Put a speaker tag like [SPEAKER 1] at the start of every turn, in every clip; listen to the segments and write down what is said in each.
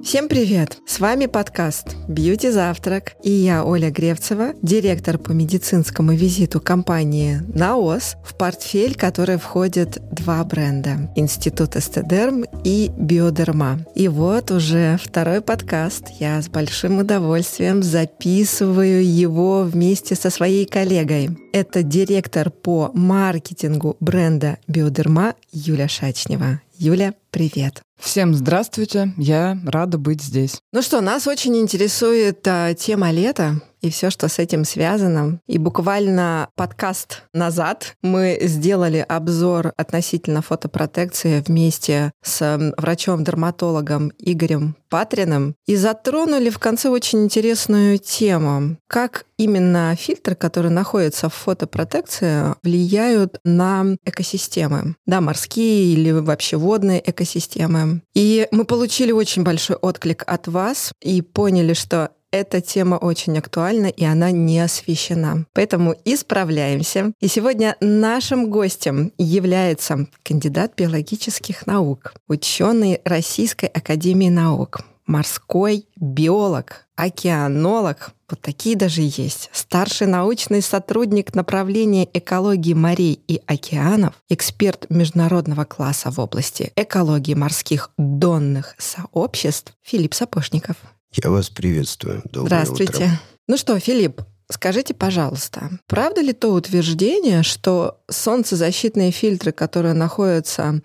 [SPEAKER 1] Всем привет! С вами подкаст «Бьюти Завтрак» и я, Оля Гревцева, директор по медицинскому визиту компании «Наос», в портфель которой входят два бренда – Институт Эстедерм и Биодерма. И вот уже второй подкаст. Я с большим удовольствием записываю его вместе со своей коллегой. Это директор по маркетингу бренда Биодерма Юля Шачнева. Юля, привет!
[SPEAKER 2] Всем здравствуйте, я рада быть здесь.
[SPEAKER 1] Ну что, нас очень интересует тема лета и все, что с этим связано. И буквально подкаст назад мы сделали обзор относительно фотопротекции вместе с врачом-дерматологом Игорем Патриным и затронули в конце очень интересную тему. Как именно фильтры, которые находятся в фотопротекции, влияют на экосистемы, да, морские или вообще водные экосистемы. И мы получили очень большой отклик от вас и поняли, что эта тема очень актуальна, и она не освещена. Поэтому исправляемся. И сегодня нашим гостем является кандидат биологических наук, ученый Российской академии наук, морской биолог, океанолог, вот такие даже есть, старший научный сотрудник направления экологии морей и океанов, эксперт международного класса в области экологии морских донных сообществ Филипп Сапожников.
[SPEAKER 3] Я вас приветствую. Доброе
[SPEAKER 1] Здравствуйте.
[SPEAKER 3] утро.
[SPEAKER 1] Ну что, Филипп, скажите, пожалуйста, правда ли то утверждение, что солнцезащитные фильтры, которые находятся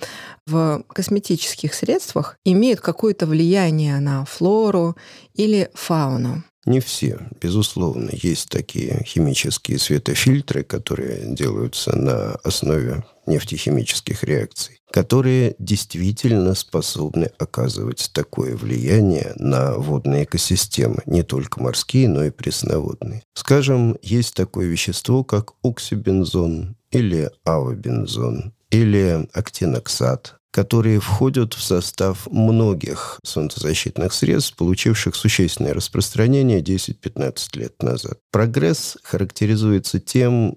[SPEAKER 1] в косметических средствах, имеют какое-то влияние на флору или фауну?
[SPEAKER 3] Не все. Безусловно, есть такие химические светофильтры, которые делаются на основе нефтехимических реакций, которые действительно способны оказывать такое влияние на водные экосистемы, не только морские, но и пресноводные. Скажем, есть такое вещество, как оксибензон или авобензон или актиноксат, которые входят в состав многих солнцезащитных средств, получивших существенное распространение 10-15 лет назад. Прогресс характеризуется тем,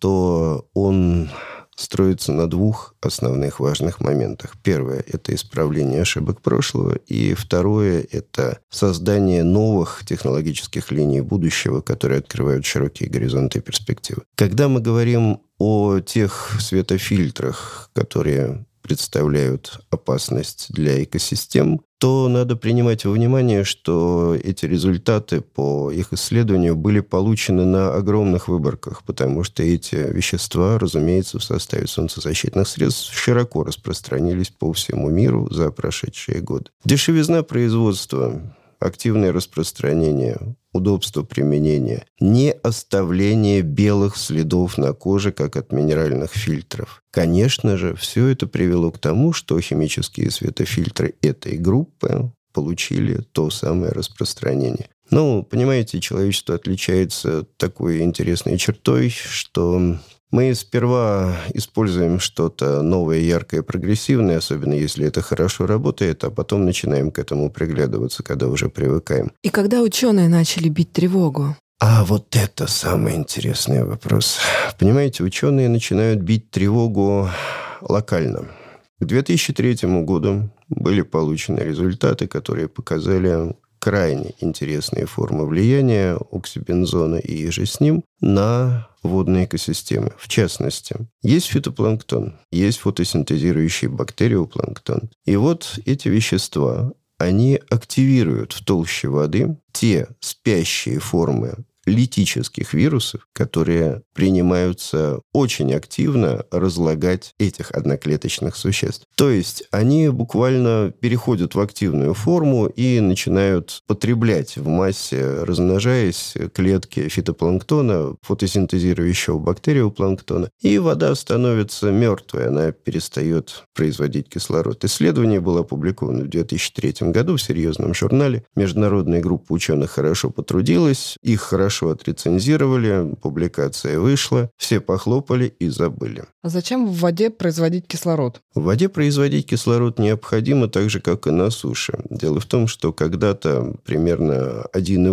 [SPEAKER 3] что он строится на двух основных важных моментах. Первое – это исправление ошибок прошлого, и второе – это создание новых технологических линий будущего, которые открывают широкие горизонты и перспективы. Когда мы говорим о тех светофильтрах, которые представляют опасность для экосистем, то надо принимать во внимание, что эти результаты по их исследованию были получены на огромных выборках, потому что эти вещества, разумеется, в составе солнцезащитных средств широко распространились по всему миру за прошедшие годы. Дешевизна производства, активное распространение, удобство применения, не оставление белых следов на коже, как от минеральных фильтров. Конечно же, все это привело к тому, что химические светофильтры этой группы получили то самое распространение. Ну, понимаете, человечество отличается такой интересной чертой, что мы сперва используем что-то новое, яркое, прогрессивное, особенно если это хорошо работает, а потом начинаем к этому приглядываться, когда уже привыкаем.
[SPEAKER 1] И когда ученые начали бить тревогу?
[SPEAKER 3] А вот это самый интересный вопрос. Понимаете, ученые начинают бить тревогу локально. К 2003 году были получены результаты, которые показали крайне интересные формы влияния оксибензона и же с ним на водные экосистемы. В частности, есть фитопланктон, есть фотосинтезирующий бактериопланктон. И вот эти вещества, они активируют в толще воды те спящие формы литических вирусов, которые принимаются очень активно разлагать этих одноклеточных существ. То есть они буквально переходят в активную форму и начинают потреблять в массе, размножаясь, клетки фитопланктона, фотосинтезирующего бактериопланктона, и вода становится мертвой, она перестает производить кислород. Исследование было опубликовано в 2003 году в серьезном журнале. Международная группа ученых хорошо потрудилась, их хорошо хорошо отрецензировали, публикация вышла, все похлопали и забыли.
[SPEAKER 2] А зачем в воде производить кислород?
[SPEAKER 3] В воде производить кислород необходимо так же, как и на суше. Дело в том, что когда-то, примерно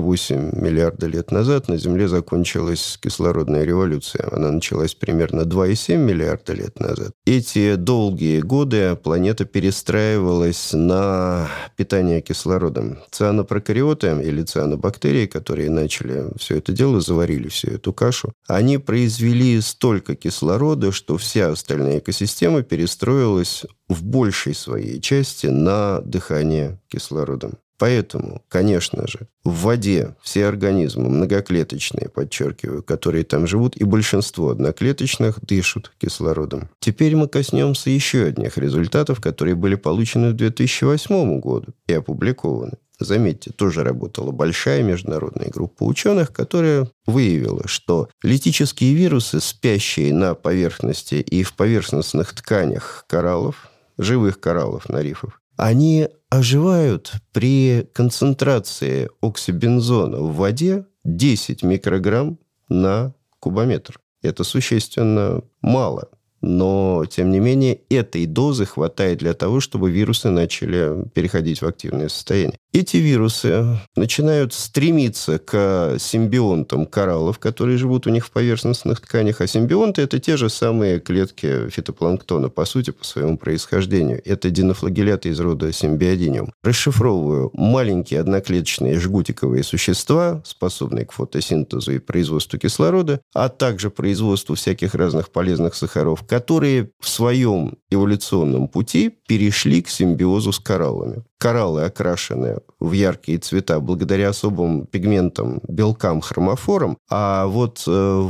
[SPEAKER 3] 1,8 миллиарда лет назад, на Земле закончилась кислородная революция. Она началась примерно 2,7 миллиарда лет назад. Эти долгие годы планета перестраивалась на питание кислородом. Цианопрокариоты или цианобактерии, которые начали все это дело, заварили всю эту кашу, они произвели столько кислорода, что вся остальная экосистема перестроилась в большей своей части на дыхание кислородом. Поэтому, конечно же, в воде все организмы многоклеточные, подчеркиваю, которые там живут, и большинство одноклеточных дышат кислородом. Теперь мы коснемся еще одних результатов, которые были получены в 2008 году и опубликованы. Заметьте, тоже работала большая международная группа ученых, которая выявила, что литические вирусы, спящие на поверхности и в поверхностных тканях кораллов, живых кораллов на рифах, они оживают при концентрации оксибензона в воде 10 микрограмм на кубометр. Это существенно мало. Но, тем не менее, этой дозы хватает для того, чтобы вирусы начали переходить в активное состояние. Эти вирусы начинают стремиться к симбионтам кораллов, которые живут у них в поверхностных тканях. А симбионты – это те же самые клетки фитопланктона, по сути, по своему происхождению. Это динофлагелляты из рода симбиодиниум. Расшифровываю: маленькие одноклеточные жгутиковые существа, способные к фотосинтезу и производству кислорода, а также производству всяких разных полезных сахаров, которые в своем эволюционном пути перешли к симбиозу с кораллами. Кораллы окрашены в яркие цвета благодаря особым пигментам, белкам, хромофорам, а вот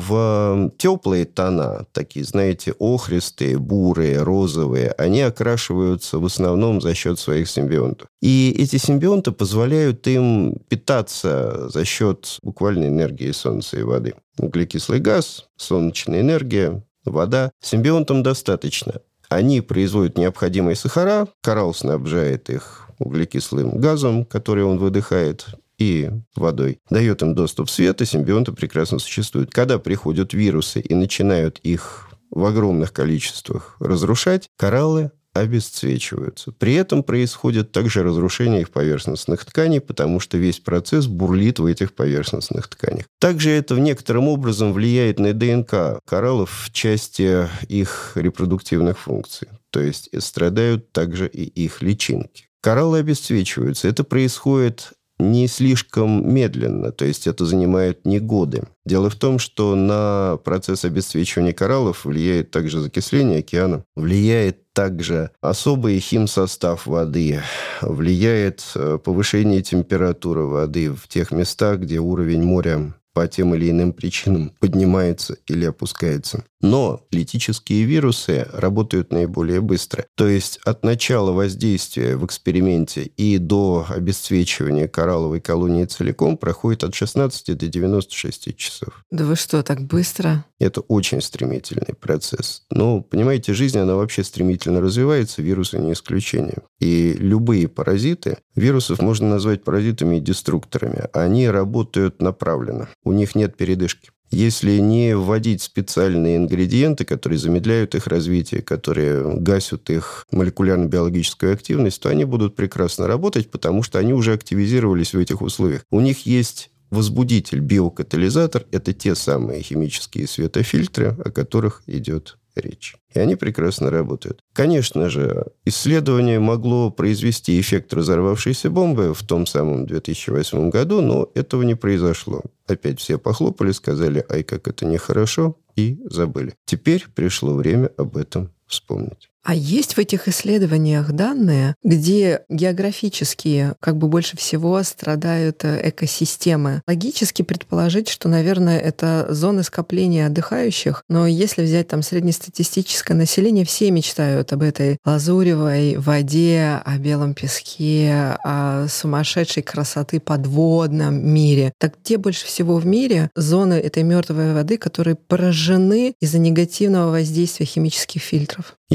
[SPEAKER 3] в теплые тона, такие, знаете, охристые, бурые, розовые, они окрашиваются в основном за счет своих симбионтов. И эти симбионты позволяют им питаться за счет буквально энергии солнца и воды. Углекислый газ, солнечная энергия, вода. Симбионтам достаточно. Они производят необходимые сахара, коралл снабжает их углекислым газом, который он выдыхает, и водой. Дает им доступ в свет, и симбионты прекрасно существуют. Когда приходят вирусы и начинают их в огромных количествах разрушать, кораллы обесцвечиваются. При этом происходит также разрушение их поверхностных тканей, потому что весь процесс бурлит в этих поверхностных тканях. Также это в некотором образом влияет на ДНК кораллов в части их репродуктивных функций. То есть страдают также и их личинки. Кораллы обесцвечиваются. Это происходит не слишком медленно, то есть это занимает не годы. Дело в том, что на процесс обесцвечивания кораллов влияет также закисление океана, влияет также особый химсостав воды, влияет повышение температуры воды в тех местах, где уровень моря по тем или иным причинам поднимается или опускается. Но литические вирусы работают наиболее быстро. То есть от начала воздействия в эксперименте и до обесцвечивания коралловой колонии целиком проходит от 16 до 96 часов.
[SPEAKER 1] Да вы что, так быстро?
[SPEAKER 3] Это очень стремительный процесс. Но, понимаете, жизнь, она вообще стремительно развивается, вирусы не исключение. И любые паразиты, вирусов можно назвать паразитами и деструкторами, они работают направленно. У них нет передышки. Если не вводить специальные ингредиенты, которые замедляют их развитие, которые гасят их молекулярно-биологическую активность, то они будут прекрасно работать, потому что они уже активизировались в этих условиях. У них есть возбудитель, биокатализатор – это те самые химические светофильтры, о которых идет речь. И они прекрасно работают. Конечно же, исследование могло произвести эффект разорвавшейся бомбы в том самом 2008 году, но этого не произошло. Опять все похлопали, сказали: «Ай, как это нехорошо», и забыли. Теперь пришло время об этом вспомнить.
[SPEAKER 1] А есть в этих исследованиях данные, где географически больше всего страдают экосистемы? Логически предположить, что, наверное, это зоны скопления отдыхающих, но если взять там среднестатистическое население, все мечтают об этой лазуревой воде, о белом песке, о сумасшедшей красоты подводном мире. Так где больше всего в мире зоны этой мертвой воды, которые поражены из-за негативного воздействия химических фильтров?
[SPEAKER 3] Есть такое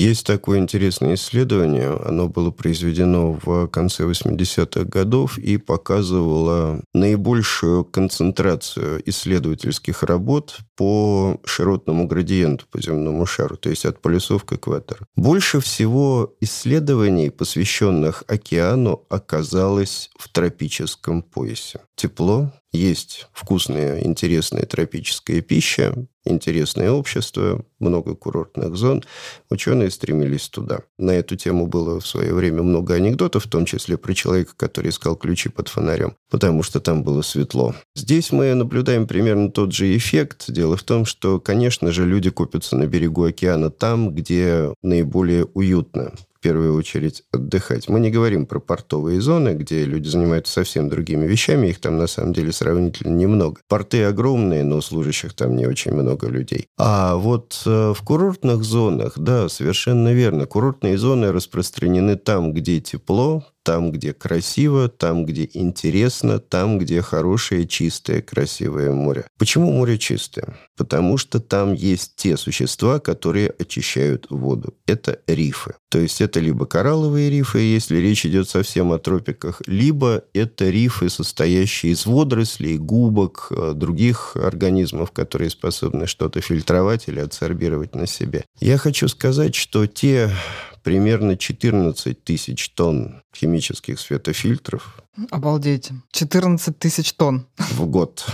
[SPEAKER 3] такое интересное исследование. Оно было произведено в конце 80-х годов и показывало наибольшую концентрацию исследовательских работ по широтному градиенту, по земному шару, то есть от полюсов к экватору. Больше всего исследований, посвященных океану, оказалось в тропическом поясе. Тепло, есть вкусная, интересная тропическая пища, интересное общество, много курортных зон. Ученые стремились туда. На эту тему было в свое время много анекдотов, в том числе про человека, который искал ключи под фонарем, потому что там было светло. Здесь мы наблюдаем примерно тот же эффект. Дело в том, что, конечно же, люди копятся на берегу океана там, где наиболее уютно. В первую очередь отдыхать. Мы не говорим про портовые зоны, где люди занимаются совсем другими вещами, их там на самом деле сравнительно немного. Порты огромные, но служащих там не очень много людей. А вот в курортных зонах, да, совершенно верно, курортные зоны распространены там, где тепло, там, где красиво, там, где интересно, там, где хорошее, чистое, красивое море. Почему море чистое? Потому что там есть те существа, которые очищают воду. Это рифы. То есть это либо коралловые рифы, если речь идет совсем о тропиках, либо это рифы, состоящие из водорослей, губок, других организмов, которые способны что-то фильтровать или адсорбировать на себе. Я хочу сказать, что те примерно 14 тысяч тонн химических светофильтров.
[SPEAKER 2] Обалдеть. 14 тысяч тонн.
[SPEAKER 3] В год.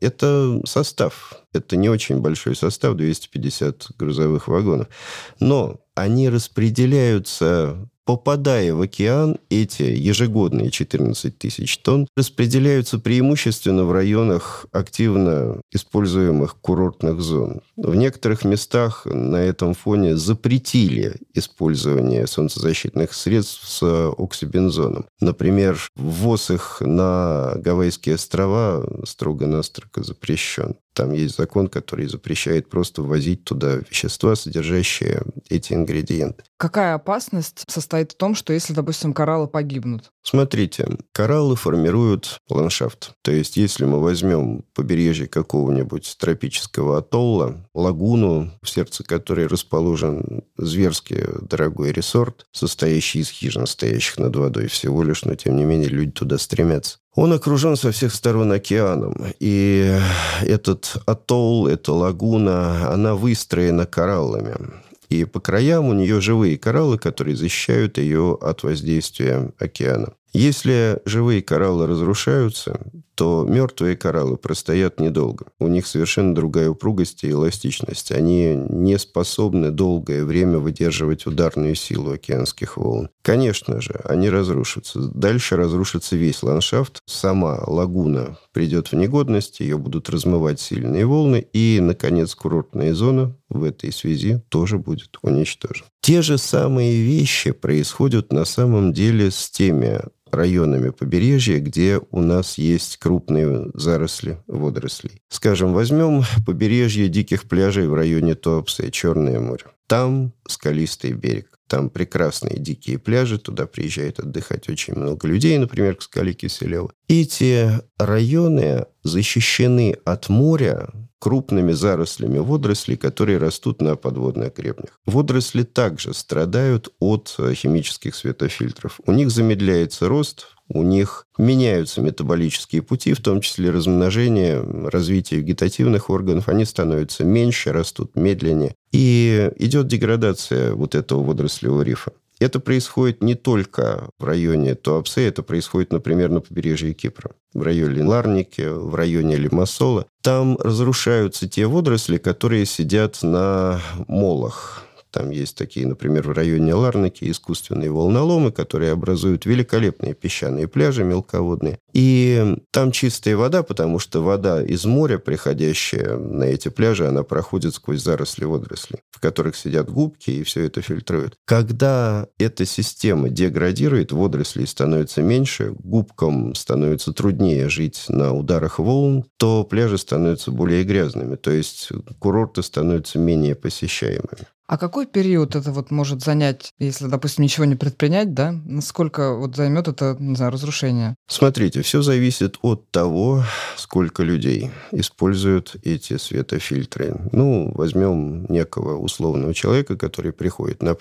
[SPEAKER 3] Это состав. Это не очень большой состав, 250 грузовых вагонов. Но они распределяются, попадая в океан, эти ежегодные 14 тысяч тонн распределяются преимущественно в районах активно используемых курортных зон. В некоторых местах на этом фоне запретили использование солнцезащитных средств с оксибензоном. Например, ввоз их на Гавайские острова строго-настрого запрещен. Там есть закон, который запрещает просто ввозить туда вещества, содержащие эти ингредиенты.
[SPEAKER 2] Какая опасность состоит в том, что если, допустим, кораллы погибнут?
[SPEAKER 3] Смотрите, кораллы формируют ландшафт. То есть, если мы возьмем побережье какого-нибудь тропического атолла, лагуну, в сердце которой расположен зверски дорогой ресорт, состоящий из хижин, стоящих над водой всего лишь, но тем не менее люди туда стремятся. Он окружен со всех сторон океаном. И этот атолл, эта лагуна, она выстроена кораллами. И по краям у нее живые кораллы, которые защищают ее от воздействия океана. Если живые кораллы разрушаются, то мертвые кораллы простоят недолго. У них совершенно другая упругость и эластичность. Они не способны долгое время выдерживать ударную силу океанских волн. Конечно же, они разрушатся. Дальше разрушится весь ландшафт. Сама лагуна придет в негодность, ее будут размывать сильные волны. И, наконец, курортная зона в этой связи тоже будет уничтожена. Те же самые вещи происходят на самом деле с теми районами побережья, где у нас есть крупные заросли водорослей. Скажем, возьмем побережье диких пляжей в районе Туапсе, Черное море. Там скалистый берег. Там прекрасные дикие пляжи, туда приезжает отдыхать очень много людей, например, к скале Киселева. Эти районы защищены от моря крупными зарослями водорослей, которые растут на подводных гребнях. Водоросли также страдают от химических светофильтров. У них замедляется рост, у них меняются метаболические пути, в том числе размножение, развитие вегетативных органов. Они становятся меньше, растут медленнее. И идет деградация вот этого водорослевого рифа. Это происходит не только в районе Туапсе, это происходит, например, на побережье Кипра, в районе Ларники, в районе Лимассола. Там разрушаются те водоросли, которые сидят на молах. Там есть такие, например, в районе Ларники искусственные волноломы, которые образуют великолепные песчаные пляжи мелководные. И там чистая вода, потому что вода из моря, приходящая на эти пляжи, она проходит сквозь заросли водорослей, в которых сидят губки, и все это фильтруют. Когда эта система деградирует, водорослей становится меньше, губкам становится труднее жить на ударах волн, то пляжи становятся более грязными, то есть курорты становятся менее посещаемыми.
[SPEAKER 2] А какой период это вот может занять, если, допустим, ничего не предпринять, да? Насколько вот займет это, не знаю, разрушение?
[SPEAKER 3] Смотрите, все зависит от того, сколько людей используют эти светофильтры. Возьмем некого условного человека, который приходит на пляж,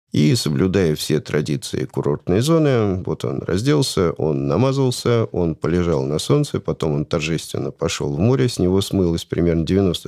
[SPEAKER 3] И, соблюдая все традиции курортной зоны, вот он разделся, он намазался, он полежал на солнце, потом он торжественно пошел в море, с него смылось примерно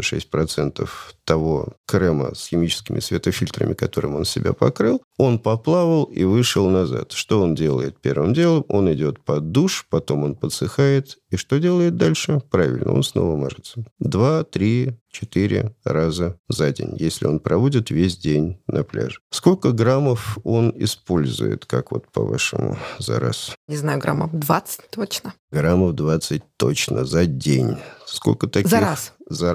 [SPEAKER 3] 96% того крема с химическими светофильтрами, которым он себя покрыл. Он поплавал и вышел назад. Что он делает первым делом? Он идет под душ, потом он подсыхает. И что делает дальше? Правильно, он снова мажется. 2, 3, 4 раза за день, если он проводит весь день на пляже. Сколько граммов он использует, как вот по-вашему, за раз?
[SPEAKER 1] Не знаю, граммов 20 точно.
[SPEAKER 3] Граммов 20 точно за день. Сколько таких?
[SPEAKER 1] За раз.
[SPEAKER 3] За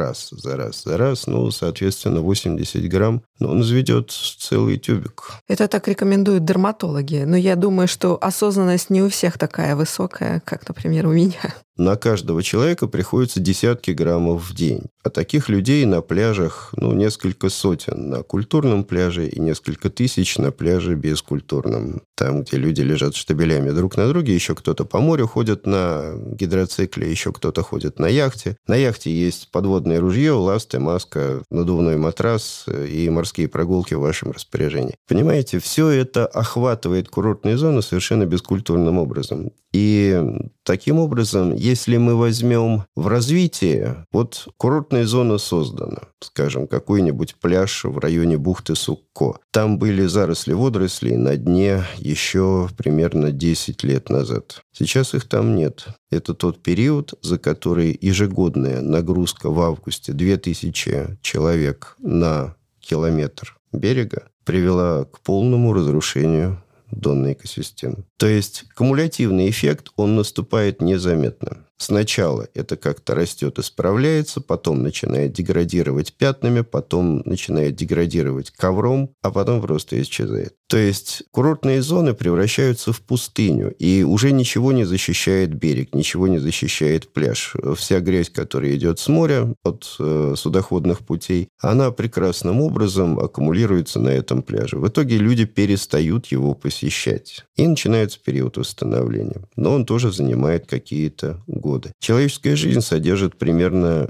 [SPEAKER 3] раз. Ну, соответственно, 80 грамм. Но он заведет целый тюбик.
[SPEAKER 1] Это так рекомендуют дерматологи. Но я думаю, что осознанность не у всех такая высокая, как, например, у меня.
[SPEAKER 3] На каждого человека приходится десятки граммов в день. А таких людей на пляжах, несколько сотен на культурном пляже и несколько тысяч на пляже бескультурном. Там, где люди лежат штабелями друг на друге, еще кто-то по морю ходит на гидроцикле, еще кто-то ходит на яхте. На яхте есть подводное ружье, ласты, маска, надувной матрас и морские прогулки в вашем распоряжении. Понимаете, все это охватывает курортные зоны совершенно бескультурным образом. И таким образом, если мы возьмем в развитие, вот курортная зона создана, скажем, какой-нибудь пляж в районе бухты Сукко. Там были заросли водорослей на дне еще примерно 10 лет назад. Сейчас их там нет. Это тот период, за который ежегодная нагрузка в августе 2000 человек на километр берега привела к полному разрушению донной экосистемы. То есть кумулятивный эффект, он наступает незаметно. Сначала это как-то растет и справляется, потом начинает деградировать пятнами, потом начинает деградировать ковром, а потом просто исчезает. То есть курортные зоны превращаются в пустыню, и уже ничего не защищает берег, ничего не защищает пляж. Вся грязь, которая идет с моря, от судоходных путей, она прекрасным образом аккумулируется на этом пляже. В итоге люди перестают его посещать. И начинается период восстановления. Но он тоже занимает какие-то годы. Человеческая жизнь содержит примерно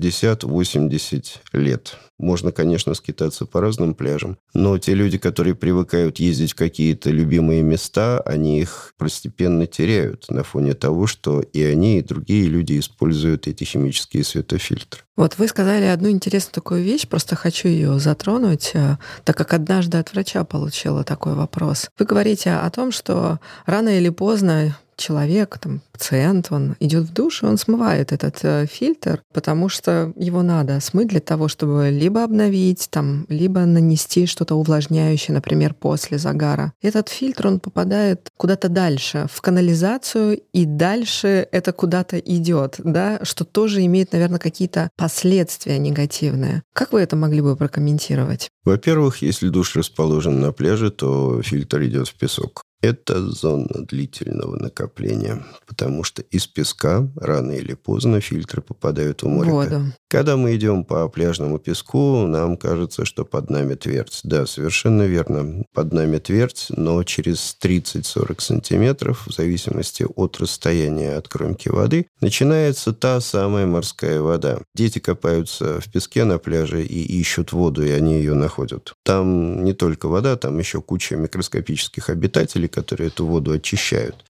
[SPEAKER 3] 60-80 лет. Можно, конечно, скитаться по разным пляжам, но те люди, которые привыкают ездить в какие-то любимые места, они их постепенно теряют на фоне того, что и они, и другие люди используют эти химические светофильтры.
[SPEAKER 1] Вот вы сказали одну интересную такую вещь, просто хочу ее затронуть, так как однажды от врача получила такой вопрос. Вы говорите о том, что рано или поздно человек, пациент, он идет в душ, и он смывает этот фильтр, потому что его надо смыть для того, чтобы либо обновить, либо нанести что-то увлажняющее, например, после загара. Этот фильтр, он попадает куда-то дальше, в канализацию, и дальше это куда-то идет, да, что тоже имеет, наверное, какие-то последствия негативные. Как вы это могли бы прокомментировать?
[SPEAKER 3] Во-первых, если душ расположен на пляже, то фильтр идет в песок. Это зона длительного накопления, потому что из песка рано или поздно фильтры попадают в море.
[SPEAKER 1] Воду.
[SPEAKER 3] Когда мы идем по пляжному песку, нам кажется, что под нами твердь. Да, совершенно верно. Под нами твердь, но через 30-40 сантиметров, в зависимости от расстояния от кромки воды, начинается та самая морская вода. Дети копаются в песке на пляже и ищут воду, и они ее находят. Там не только вода, там еще куча микроскопических обитателей, которые эту воду очищают.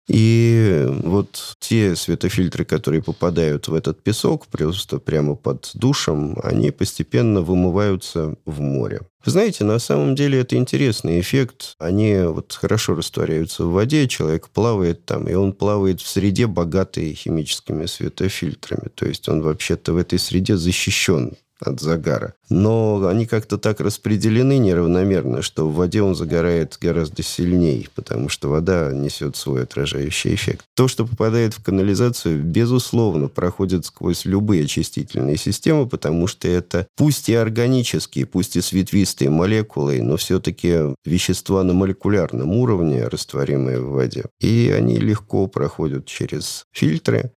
[SPEAKER 3] И вот те светофильтры, которые попадают в этот песок, просто прямо под душем, они постепенно вымываются в море. Вы знаете, на самом деле это интересный эффект. Они хорошо растворяются в воде, человек плавает там, и он плавает в среде, богатой химическими светофильтрами. То есть он вообще-то в этой среде защищен от загара. Но они как-то так распределены неравномерно, что в воде он загорает гораздо сильнее, потому что вода несет свой отражающий эффект. То, что попадает в канализацию, безусловно, проходит сквозь любые очистительные системы, потому что это пусть и органические, пусть и с ветвистой молекулой, но все-таки вещества на молекулярном уровне, растворимые в воде. И они легко проходят через фильтры.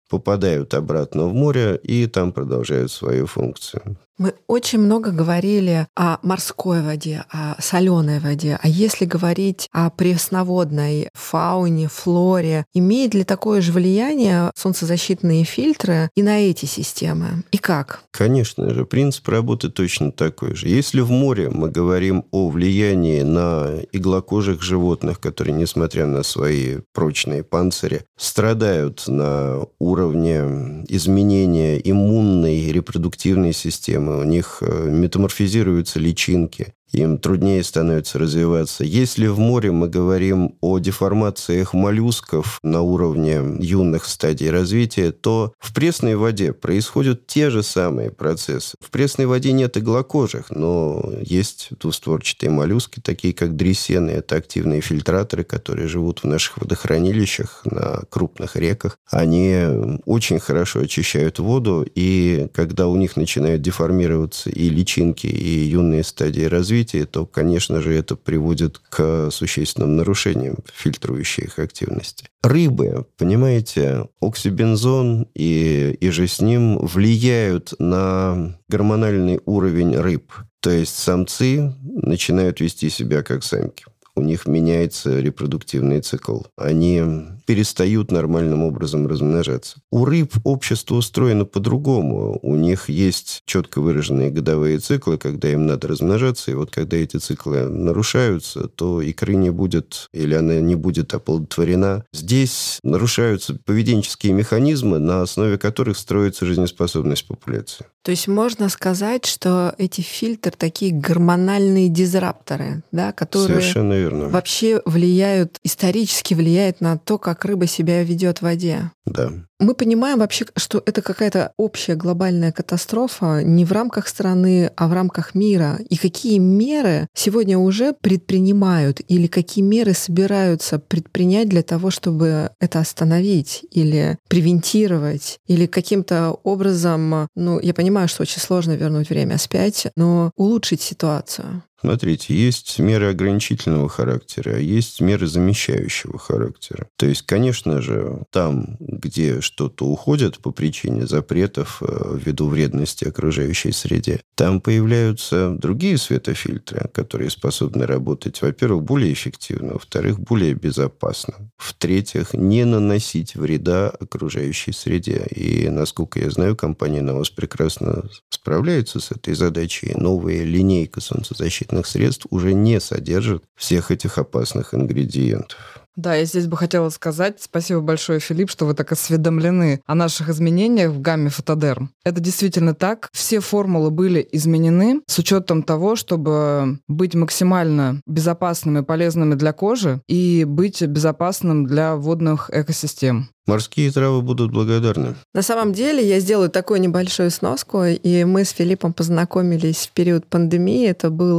[SPEAKER 3] попадают обратно в море и там продолжают свою функцию.
[SPEAKER 1] Мы очень много говорили о морской воде, о соленой воде. А если говорить о пресноводной фауне, флоре, имеет ли такое же влияние солнцезащитные фильтры и на эти системы? И как?
[SPEAKER 3] Конечно же, принцип работы точно такой же. Если в море мы говорим о влиянии на иглокожих животных, которые, несмотря на свои прочные панцири, страдают на уровне изменения иммунной и репродуктивной системы, у них метаморфизируются личинки, им труднее становится развиваться. Если в море мы говорим о деформациях моллюсков на уровне юных стадий развития, то в пресной воде происходят те же самые процессы. В пресной воде нет иглокожих, но есть двустворчатые моллюски, такие как дресены. Это активные фильтраторы, которые живут в наших водохранилищах на крупных реках. Они очень хорошо очищают воду, и когда у них начинают деформироваться и личинки, и юные стадии развития, то, конечно же, это приводит к существенным нарушениям фильтрующей их активности. Рыбы, понимаете, оксибензон и же с ним влияют на гормональный уровень рыб. То есть самцы начинают вести себя как самки. У них меняется репродуктивный цикл. Они перестают нормальным образом размножаться. У рыб общество устроено по-другому. У них есть четко выраженные годовые циклы, когда им надо размножаться. И вот когда эти циклы нарушаются, то икры не будет, или она не будет оплодотворена. Здесь нарушаются поведенческие механизмы, на основе которых строится жизнеспособность популяции.
[SPEAKER 1] То есть можно сказать, что эти фильтры такие гормональные дизрапторы, да, которые
[SPEAKER 3] Совершенно верно.
[SPEAKER 1] Вообще исторически влияют на то, как рыба себя ведет в воде.
[SPEAKER 3] Да.
[SPEAKER 1] Мы понимаем вообще, что это какая-то общая глобальная катастрофа не в рамках страны, а в рамках мира. И какие меры сегодня уже предпринимают или какие меры собираются предпринять для того, чтобы это остановить или превентировать, или каким-то образом, я понимаю, что очень сложно вернуть время вспять, но улучшить ситуацию.
[SPEAKER 3] Смотрите, есть меры ограничительного характера, а есть меры замещающего характера. То есть, конечно же, там, где что-то уходит по причине запретов ввиду вредности окружающей среде, там появляются другие светофильтры, которые способны работать, во-первых, более эффективно, во-вторых, более безопасно, в-третьих, не наносить вреда окружающей среде. И, насколько я знаю, компания «Наос» прекрасно справляется с этой задачей. Новая линейка солнцезащитных средств уже не содержит всех этих опасных ингредиентов.
[SPEAKER 2] Да, я здесь бы хотела сказать спасибо большое, Филипп, что вы так осведомлены о наших изменениях в гамме Фотодерм. Это действительно так. Все формулы были изменены с учетом того, чтобы быть максимально безопасными и полезными для кожи и быть безопасным для водных экосистем.
[SPEAKER 3] Морские травы будут благодарны.
[SPEAKER 1] На самом деле я сделаю такую небольшую сноску, и мы с Филиппом познакомились в период пандемии. Это был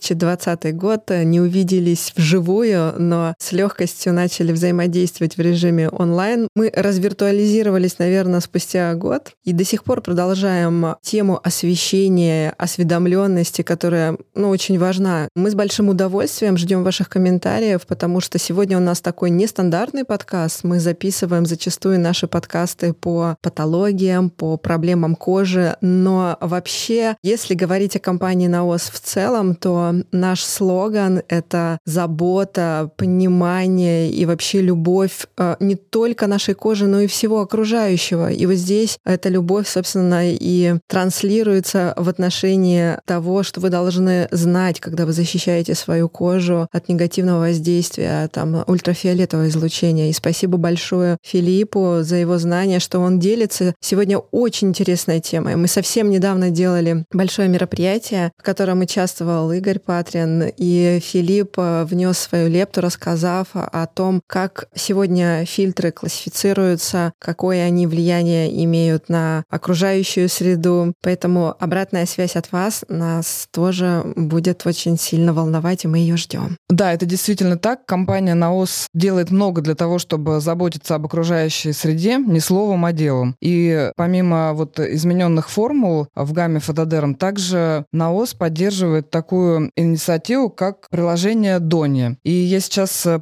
[SPEAKER 1] 2020 год, не увиделись вживую, но с легкостью начали взаимодействовать в режиме онлайн. Мы развиртуализировались, наверное, спустя год, и до сих пор продолжаем тему освещения, осведомленности, которая, очень важна. Мы с большим удовольствием ждем ваших комментариев, потому что сегодня у нас такой нестандартный подкаст. Мы записываем зачастую наши подкасты по патологиям, по проблемам кожи, но вообще, если говорить о компании «Наос» в целом, то наш слоган — это забота, понимание и вообще любовь не только нашей кожи, но и всего окружающего. И вот здесь эта любовь, собственно, и транслируется в отношении того, что вы должны знать, когда вы защищаете свою кожу от негативного воздействия, ультрафиолетового излучения. И спасибо большое Филиппу за его знания, что он делится. Сегодня очень интересная тема. Мы совсем недавно делали большое мероприятие, в котором участвовал Игорь Патрин, и Филипп внес свою лепту, рассказав о том, как сегодня фильтры классифицируются, какое они влияние имеют на окружающую среду. Поэтому обратная связь от вас нас тоже будет очень сильно волновать, и мы ее ждем.
[SPEAKER 2] Да, это действительно так. Компания «Наос» делает много для того, чтобы заботиться об окружающей среде, не словом, а делом. И помимо измененных формул в гамме Фотодерм, также «Наос» поддерживает такую инициативу, как приложение Дони. И я сейчас пользуюсь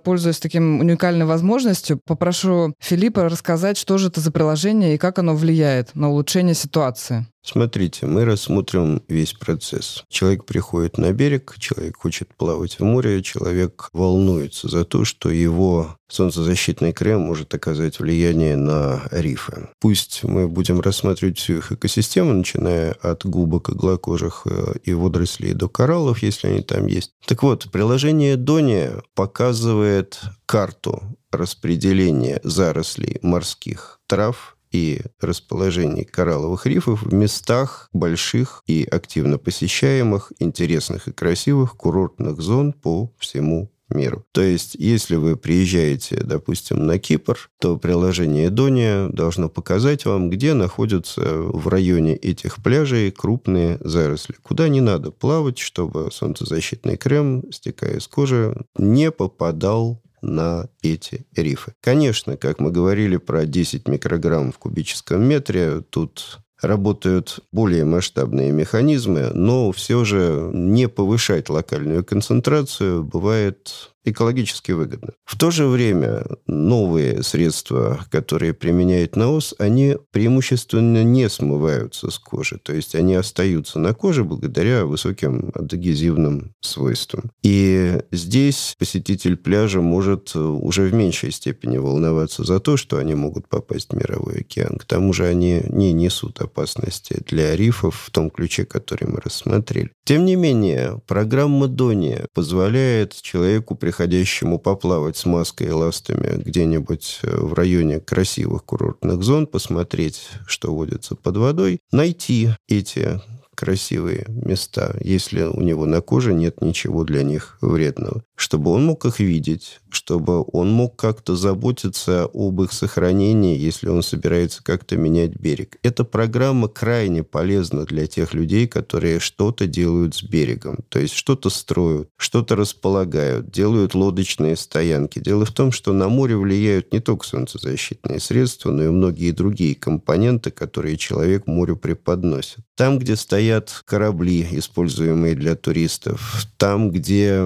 [SPEAKER 2] таким уникальной возможностью. Попрошу Филиппа рассказать, что же это за приложение и как оно влияет на улучшение ситуации.
[SPEAKER 3] Смотрите, мы рассмотрим весь процесс. Человек приходит на берег, человек хочет плавать в море, человек волнуется за то, что его солнцезащитный крем может оказать влияние на рифы. Пусть мы будем рассматривать всю их экосистему, начиная от губок, иглокожих и водорослей до кораллов, если они там есть. Так вот, приложение Donia показывает карту распределения зарослей морских трав и расположений коралловых рифов в местах больших и активно посещаемых, интересных и красивых курортных зон по всему миру. То есть, если вы приезжаете, допустим, на Кипр, то приложение Donia должно показать вам, где находятся в районе этих пляжей крупные заросли, куда не надо плавать, чтобы солнцезащитный крем, стекая с кожи, не попадал на эти рифы. Конечно, как мы говорили про 10 микрограмм в кубическом метре, тут работают более масштабные механизмы, но все же не повышать локальную концентрацию бывает экологически выгодно. В то же время новые средства, которые применяет НАОС, они преимущественно не смываются с кожи. То есть они остаются на коже благодаря высоким адгезивным свойствам. И здесь посетитель пляжа может уже в меньшей степени волноваться за то, что они могут попасть в мировой океан. К тому же они не несут опасности для рифов в том ключе, который мы рассмотрели. Тем не менее, программа Donia позволяет человеку, приходящему поплавать с маской и ластами где-нибудь в районе красивых курортных зон, посмотреть, что водится под водой, найти эти красивые места, если у него на коже нет ничего для них вредного, чтобы он мог их видеть, чтобы он мог как-то заботиться об их сохранении, если он собирается как-то менять берег. Эта программа крайне полезна для тех людей, которые что-то делают с берегом, то есть что-то строят, что-то располагают, делают лодочные стоянки. Дело в том, что на море влияют не только солнцезащитные средства, но и многие другие компоненты, которые человек морю преподносит. Там, где стоят корабли, используемые для туристов, там, где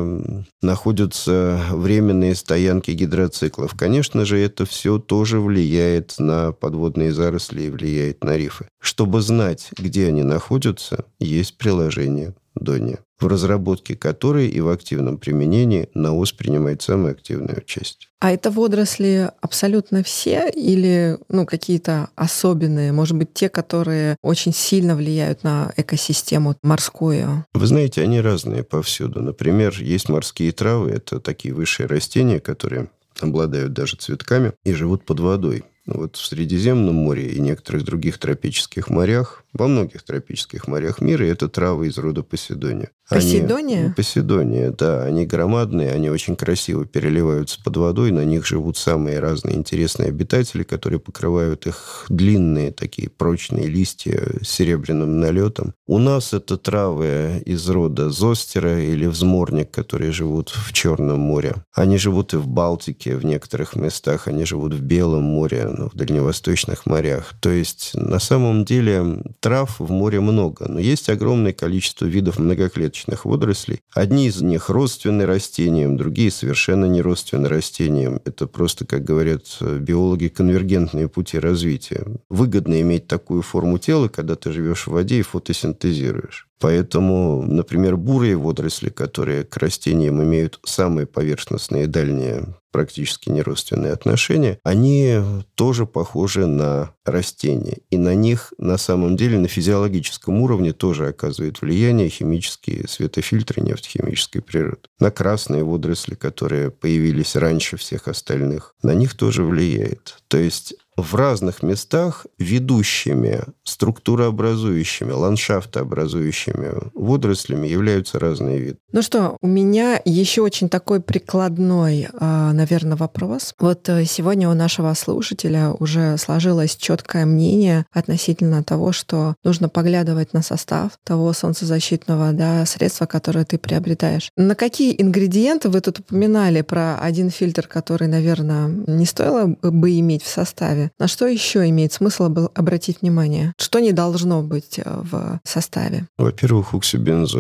[SPEAKER 3] находятся временные стоянки гидроциклов, конечно же, это все тоже влияет на подводные заросли и влияет на рифы. Чтобы знать, где они находятся, есть приложение Donia, в разработке которой и в активном применении НАОС принимает самое активное участие.
[SPEAKER 1] А это водоросли абсолютно все или какие-то особенные, может быть, те, которые очень сильно влияют на экосистему морскую?
[SPEAKER 3] Вы знаете, они разные повсюду. Например, есть морские травы, это такие высшие растения, которые обладают даже цветками и живут под водой. Вот в Средиземном море и некоторых других тропических морях, во многих тропических морях мира, это травы из рода Поседония.
[SPEAKER 1] Поседония?
[SPEAKER 3] Поседония, да. Они громадные, они очень красиво переливаются под водой, на них живут самые разные интересные обитатели, которые покрывают их длинные такие прочные листья с серебряным налетом. У нас это травы из рода зостера или взморник, которые живут в Черном море. Они живут и в Балтике, в некоторых местах, они живут в Белом море, в дальневосточных морях. То есть, на самом деле, трав в море много, но есть огромное количество видов многоклеточных водорослей. Одни из них родственны растениям, другие совершенно не родственны растениям. Это просто, как говорят биологи, конвергентные пути развития. Выгодно иметь такую форму тела, когда ты живешь в воде и фотосинтезируешь. Поэтому, например, бурые водоросли, которые к растениям имеют самые поверхностные и дальние, практически неродственные отношения, они тоже похожи на растения. И на них, на самом деле, на физиологическом уровне тоже оказывают влияние химические светофильтры нефтехимической природы. На красные водоросли, которые появились раньше всех остальных, на них тоже влияет. То есть в разных местах ведущими, структурообразующими, ландшафтообразующими водорослями являются разные виды.
[SPEAKER 1] Ну что, у меня еще очень такой прикладной, наверное, вопрос. Вот сегодня у нашего слушателя уже сложилось четкое мнение относительно того, что нужно поглядывать на состав того солнцезащитного средства, которое ты приобретаешь. На какие ингредиенты вы тут упоминали про один фильтр, который, наверное, не стоило бы иметь в составе? На что еще имеет смысл обратить внимание? Что не должно быть в составе?
[SPEAKER 3] Во-первых, уксибензон.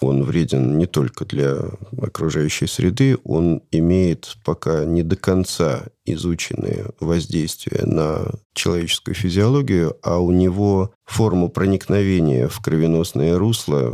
[SPEAKER 3] Он вреден не только для окружающей среды, он имеет пока не до конца изученные воздействия на человеческую физиологию, а у него форма проникновения в кровеносное русло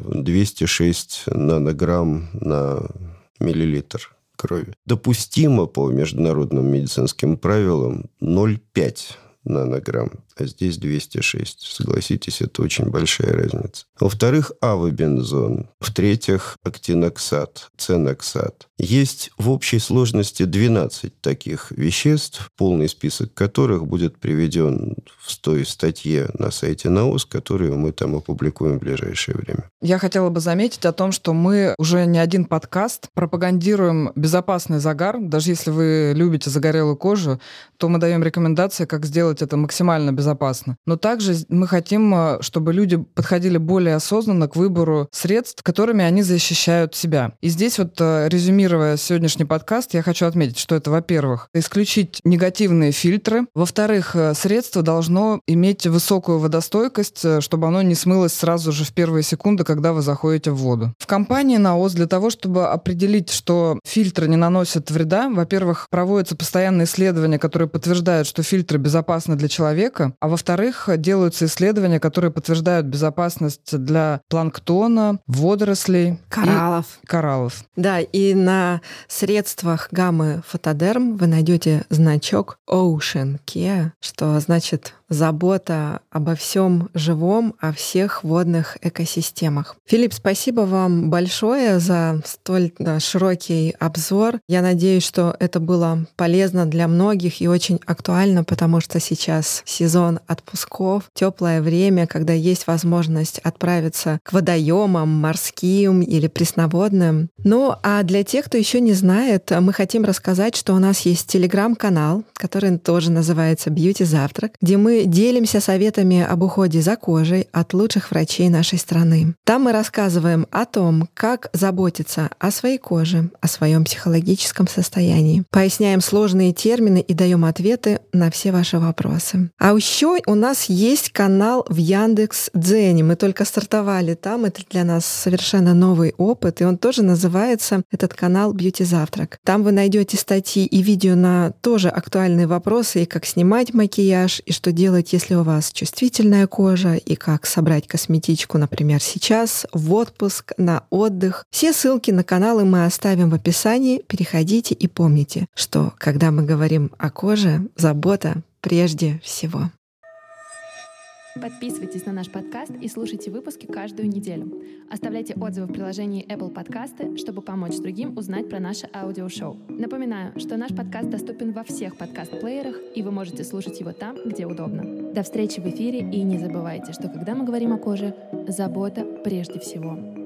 [SPEAKER 3] 206 нанограмм на миллилитр крови. Допустимо по международным медицинским правилам 0,5 нанограмм, а здесь 206. Согласитесь, это очень большая разница. Во-вторых, авобензон. В-третьих, актиноксат, ценоксат. Есть в общей сложности 12 таких веществ, полный список которых будет приведен в той статье на сайте НАОС, которую мы там опубликуем в ближайшее время.
[SPEAKER 2] Я хотела бы заметить о том, что мы уже не один подкаст пропагандируем безопасный загар. Даже если вы любите загорелую кожу, то мы даем рекомендации, как сделать это максимально безопасно. Но также мы хотим, чтобы люди подходили более осознанно к выбору средств, которыми они защищают себя. И здесь вот, резюмируя сегодняшний подкаст, я хочу отметить, что это, во-первых, исключить негативные фильтры. Во-вторых, средство должно иметь высокую водостойкость, чтобы оно не смылось сразу же в первые секунды, когда вы заходите в воду. В компании НАОС для того, чтобы определить, что фильтры не наносят вреда, во-первых, проводятся постоянные исследования, которые подтверждают, что фильтры безопасны для человека, а во-вторых, делаются исследования, которые подтверждают безопасность для планктона, водорослей, кораллов.
[SPEAKER 1] Да, и на средствах гаммы Photoderm вы найдете значок Ocean Care, что значит забота обо всем живом, о всех водных экосистемах. Филипп, спасибо вам большое за столь широкий обзор. Я надеюсь, что это было полезно для многих и очень актуально, потому что сейчас сезон отпусков, теплое время, когда есть возможность отправиться к водоемам морским или пресноводным. Ну, а для тех, кто еще не знает, мы хотим рассказать, что у нас есть телеграм-канал, который тоже называется «Бьюти Завтрак», где мы делимся советами об уходе за кожей от лучших врачей нашей страны. Там мы рассказываем о том, как заботиться о своей коже, о своем психологическом состоянии. Поясняем сложные термины и даем ответы на все ваши вопросы. А еще у нас есть канал в Яндекс.Дзене. Мы только стартовали там. Это для нас совершенно новый опыт. И он тоже называется, этот канал, «Бьюти Завтрак». Там вы найдете статьи и видео на тоже актуальные вопросы, и как снимать макияж, и что делать, если у вас чувствительная кожа, и как собрать косметичку, например, сейчас, в отпуск, на отдых. Все ссылки на каналы мы оставим в описании. Переходите и помните, что когда мы говорим о коже, забота прежде всего.
[SPEAKER 4] Подписывайтесь на наш подкаст и слушайте выпуски каждую неделю. Оставляйте отзывы в приложении Apple Podcasts, чтобы помочь другим узнать про наше аудиошоу. Напоминаю, что наш подкаст доступен во всех подкаст-плеерах, и вы можете слушать его там, где удобно. До встречи в эфире, и не забывайте, что когда мы говорим о коже, забота прежде всего.